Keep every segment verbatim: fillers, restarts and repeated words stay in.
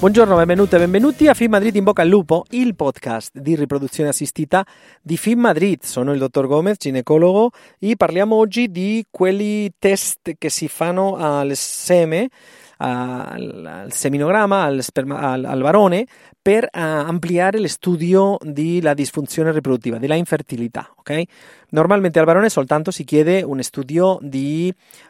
Buongiorno, benvenute e benvenuti a Film Madrid in bocca al lupo, il podcast di riproduzione assistita di Film Madrid. Sono il dottor Gomez, ginecologo, e parliamo oggi di quelli test che si fanno al seme, al, al seminogramma, al, sperma, al, al varone, per uh, ampliare lo studio della disfunzione riproduttiva, della infertilità, ok? Normalmente al varone soltanto si chiede un studio di,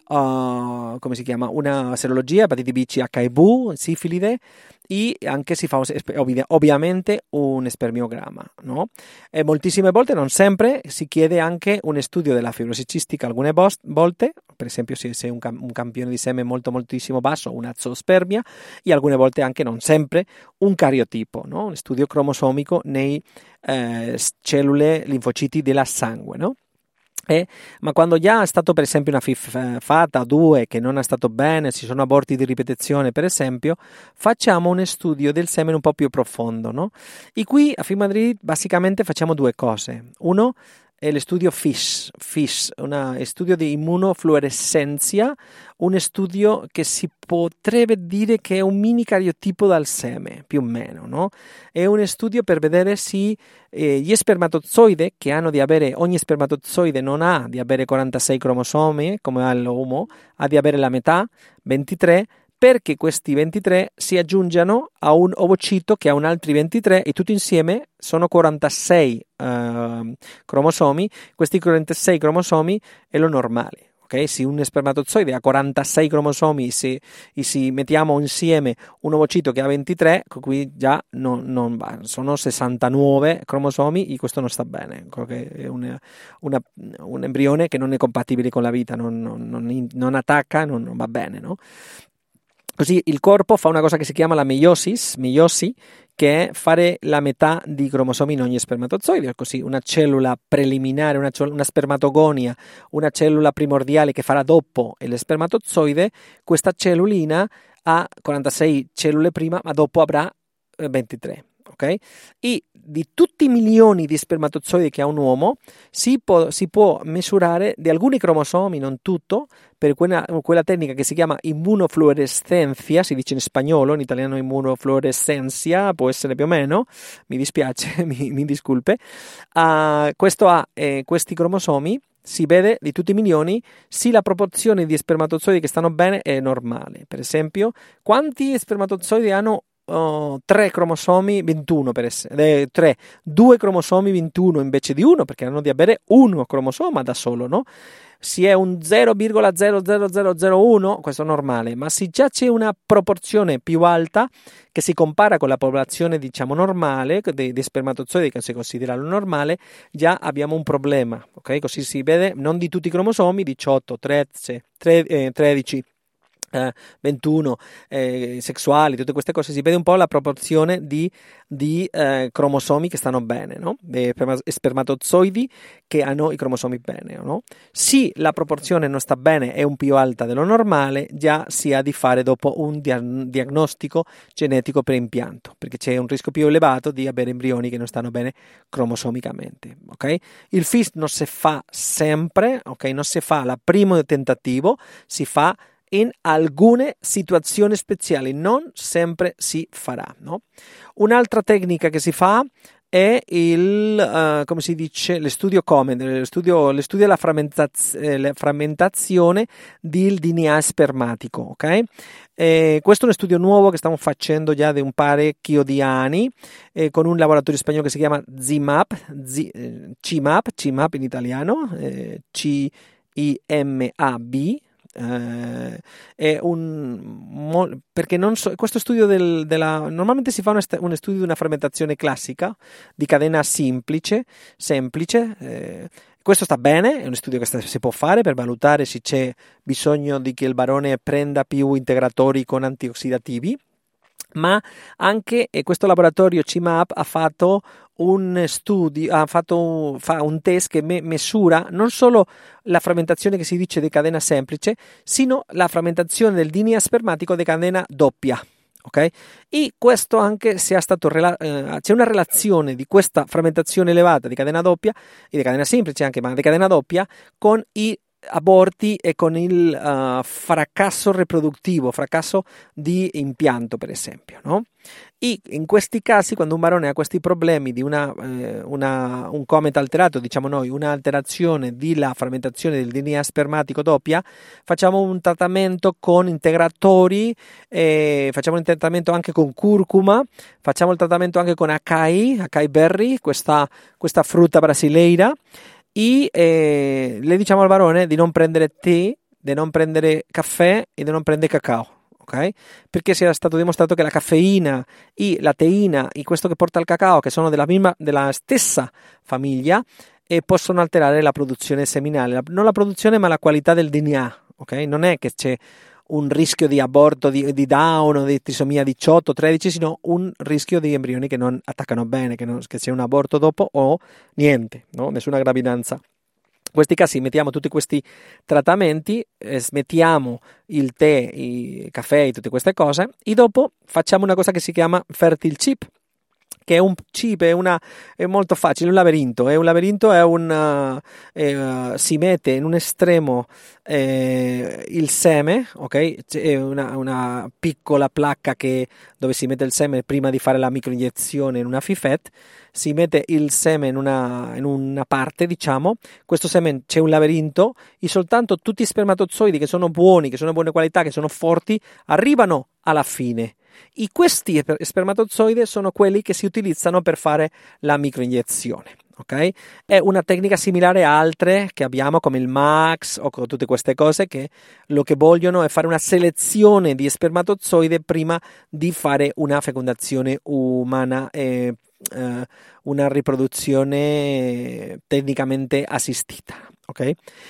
uh, come si chiama, una serologia, epatite B, C, H I V, sifilide, e anche si fa ovvi- ovviamente un spermiogramma, no? E moltissime volte, non sempre, si chiede anche un studio della fibrosi cistica alcune bos- volte, per esempio se sei un, cam- un campione di seme molto moltissimo basso, una zoospermia, e alcune volte anche, non sempre, un cariotipo, no? Un studio cromosomico nei eh, cellule linfociti della sangue, no? Eh, ma quando già è stato per esempio una F I F fatta, due, che non è stato bene, ci sono aborti di ripetizione per esempio, facciamo un studio del seme un po' più profondo, no? E qui a Film Madrid basicamente facciamo due cose. Uno è lo studio FISH, FISH, uno studio di immunofluorescenza, un studio che si potrebbe dire che è un mini cariotipo dal seme, più o meno, no? È un studio per vedere se eh, gli spermatozoidi che hanno di avere, ogni spermatozoide non ha di avere quarantasei cromosomi, come ha l'uomo, ha di avere la metà, ventitré, perché questi ventitré si aggiungiano a un ovocito che ha un altri ventitré e tutti insieme sono quarantasei uh, cromosomi. Questi quarantasei cromosomi è lo normale. Okay? Se un spermatozoide ha quarantasei cromosomi se, e se mettiamo insieme un ovocito che ha ventitré, qui già non, non va, sono sessantanove cromosomi e questo non sta bene, è una, una, un embrione che non è compatibile con la vita, non, non, non, non attacca, non, non va bene, no? Così il corpo fa una cosa che si chiama la meiosis, meiosi, che è fare la metà di cromosomi in ogni spermatozoide, così una cellula preliminare, una, una spermatogonia, una cellula primordiale che farà dopo lo spermatozoide, questa cellulina ha quarantasei cellule prima, ma dopo avrà ventitré. Okay? E di tutti i milioni di spermatozoidi che ha un uomo si può, si può misurare di alcuni cromosomi, non tutto, per quella, quella tecnica che si chiama immunofluorescenza, si dice in spagnolo, in italiano immunofluorescenza, può essere più o meno, mi dispiace, mi, mi disculpe. Uh, questo ha eh, questi cromosomi. Si vede di tutti i milioni se la proporzione di spermatozoidi che stanno bene è normale. Per esempio, quanti spermatozoidi hanno Oh, tre cromosomi ventuno per essere eh, tre, due cromosomi ventuno invece di uno, perché hanno di avere uno cromosoma da solo, no? Se è un zero virgola zero zero zero zero uno, questo è normale, ma se già c'è una proporzione più alta che si compara con la popolazione diciamo normale di, di spermatozoidi che si considera lo normale, già abbiamo un problema, ok? Così si vede non di tutti i cromosomi, diciotto, tredici, tredici Eh, ventuno eh, sessuali, tutte queste cose, si vede un po' la proporzione di, di eh, cromosomi che stanno bene, no? Dei spermatozoidi che hanno i cromosomi bene, no? Se la proporzione non sta bene, è un più alta dello normale, già si ha di fare dopo un dia- diagnostico genetico per impianto, perché c'è un rischio più elevato di avere embrioni che non stanno bene cromosomicamente, ok? Il FISH non si fa sempre, ok? Non si fa al primo tentativo, si fa in alcune situazioni speciali, non sempre si farà, no? Un'altra tecnica che si fa è il, uh, come si dice, lo studio Comen, lo studio, lo studio della frammentaz- eh, la frammentazione del D N A spermatico, ok? Eh, questo è uno studio nuovo che stiamo facendo già da un parecchio di anni eh, con un laboratorio spagnolo che si chiama ZIMAP, Z- eh, CIMAP, CIMAP in italiano, eh, C I M A B. Uh, è un perché non so, questo studio del, della normalmente si fa uno, st- uno studio di una frammentazione classica di cadena semplice semplice eh, questo sta bene, è uno studio che sta, si può fare per valutare se c'è bisogno di che il barone prenda più integratori con antiossidativi, ma anche eh, questo laboratorio CIMAP ha fatto un studio, ha fatto fa un test che me- misura non solo la frammentazione che si dice di cadena semplice, sino la frammentazione del D N A spermatico di cadena doppia. Okay? E questo anche sia stato rela- eh, c'è una relazione di questa frammentazione elevata di cadena doppia e di cadena semplice anche, ma di cadena doppia con i aborti e con il uh, fracasso riproduttivo, fracasso di impianto per esempio, no? E in questi casi, quando un barone ha questi problemi di una, eh, una, un comet alterato, diciamo noi, un'alterazione della frammentazione del D N A spermatico doppia, facciamo un trattamento con integratori, eh, facciamo un trattamento anche con curcuma, facciamo il trattamento anche con acai, acai berry, questa, questa frutta brasileira, e eh, le diciamo al barone di non prendere tè, di non prendere caffè e di non prendere cacao. Okay? Perché sia stato dimostrato che la caffeina e la teina e questo che porta al cacao, che sono della, misma, della stessa famiglia, e possono alterare la produzione seminale, la, non la produzione ma la qualità del D N A. Okay? Non è che c'è un rischio di aborto di, di Down o di trisomia diciotto tredici, sino un rischio di embrioni che non attaccano bene, che, non, che sia un aborto dopo o niente, no? Nessuna gravidanza. In questi casi mettiamo tutti questi trattamenti, eh, smettiamo il tè, il caffè, tutte queste cose, e dopo facciamo una cosa che si chiama fertile chip, che è un chip, è, una, è molto facile, è un labirinto, è un labirinto, è un, eh, uh, si mette in un estremo eh, il seme, ok? È una, una piccola placca che, dove si mette il seme prima di fare la microiniezione in una fifette, si mette il seme in una, in una parte, diciamo, questo seme c'è un labirinto e soltanto tutti i spermatozoidi che sono buoni, che sono di buona qualità, che sono forti, arrivano alla fine. E questi spermatozoidi sono quelli che si utilizzano per fare la microiniezione. Okay? È una tecnica similare a altre che abbiamo come il Max o con tutte queste cose che lo che vogliono è fare una selezione di spermatozoide prima di fare una fecondazione umana e eh, una riproduzione tecnicamente assistita. Ok?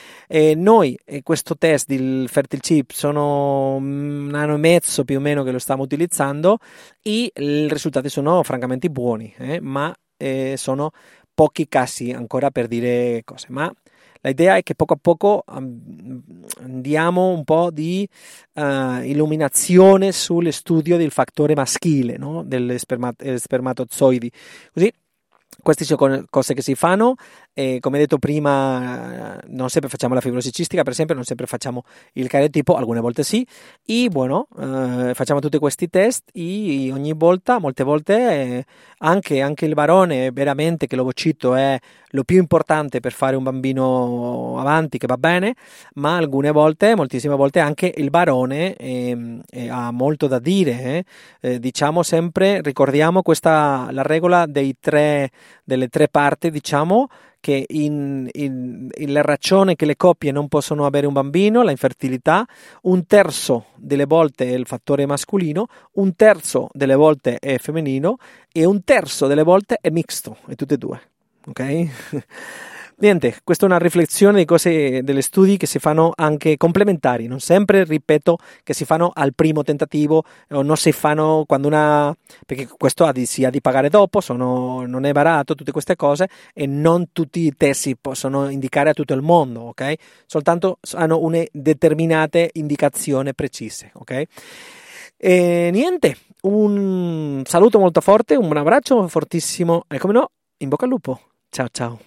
E noi eh, questo test del fertile chip sono un anno e mezzo più o meno che lo stiamo utilizzando e i risultati sono francamente buoni, eh? ma eh, sono pochi casi ancora per dire cose, ma l'idea è che poco a poco um, andiamo un po' di uh, illuminazione sullo studio del fattore maschile, no? delle spermat- spermatozoidi, così queste sono cose che si fanno e come detto prima non sempre facciamo la fibrosi cistica, per esempio non sempre facciamo il cariotipo, alcune volte sì, e bueno, eh, facciamo tutti questi test e ogni volta, molte volte eh, anche, anche il barone veramente che l'ovocito è lo più importante per fare un bambino avanti, che va bene, ma alcune volte, moltissime volte anche il barone eh, eh, ha molto da dire, eh. Eh, diciamo sempre, ricordiamo questa la regola dei tre delle tre parti, diciamo, che in, in, in la ragione che le coppie non possono avere un bambino, la infertilità, un terzo delle volte è il fattore mascolino, un terzo delle volte è femminino e un terzo delle volte è misto, e tutte e due, ok? Niente, questa è una riflessione di cose, degli studi che si fanno anche complementari, non sempre, ripeto, che si fanno al primo tentativo o non si fanno quando una, perché questo ha di, si ha di pagare dopo, sono, non è barato, tutte queste cose, e non tutti i test si possono indicare a tutto il mondo, ok? Soltanto hanno una determinate indicazioni precise, ok? E niente, un saluto molto forte, un abbraccio fortissimo e come no, in bocca al lupo, ciao ciao.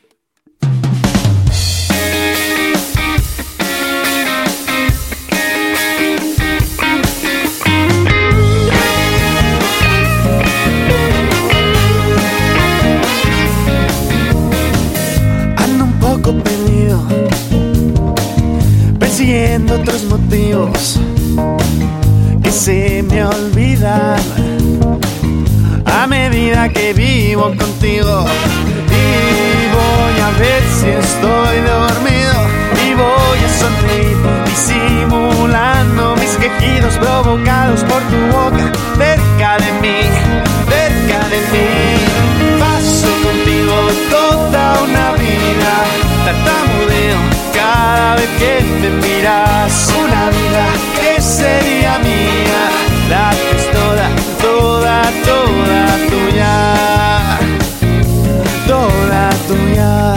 Perdido, persiguiendo otros motivos que se me olvidan a medida que vivo contigo. Y voy a ver si estoy dormido y voy a sonreír disimulando mis quejidos provocados por tu boca cerca de mí, cerca de mí. Paso contigo toda una vida, tartamudeo cada vez que me miras. Una vida que sería mía, la que es toda, toda, toda tuya, toda tuya.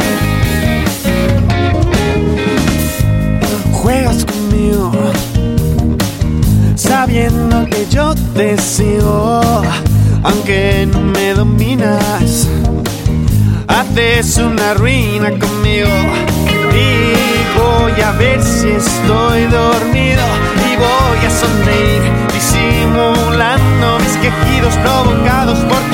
Juegas conmigo, sabiendo que yo te sigo, aunque no me dominas. Haces una ruina conmigo y Voy a ver si estoy dormido y voy a sonreír disimulando mis quejidos provocados por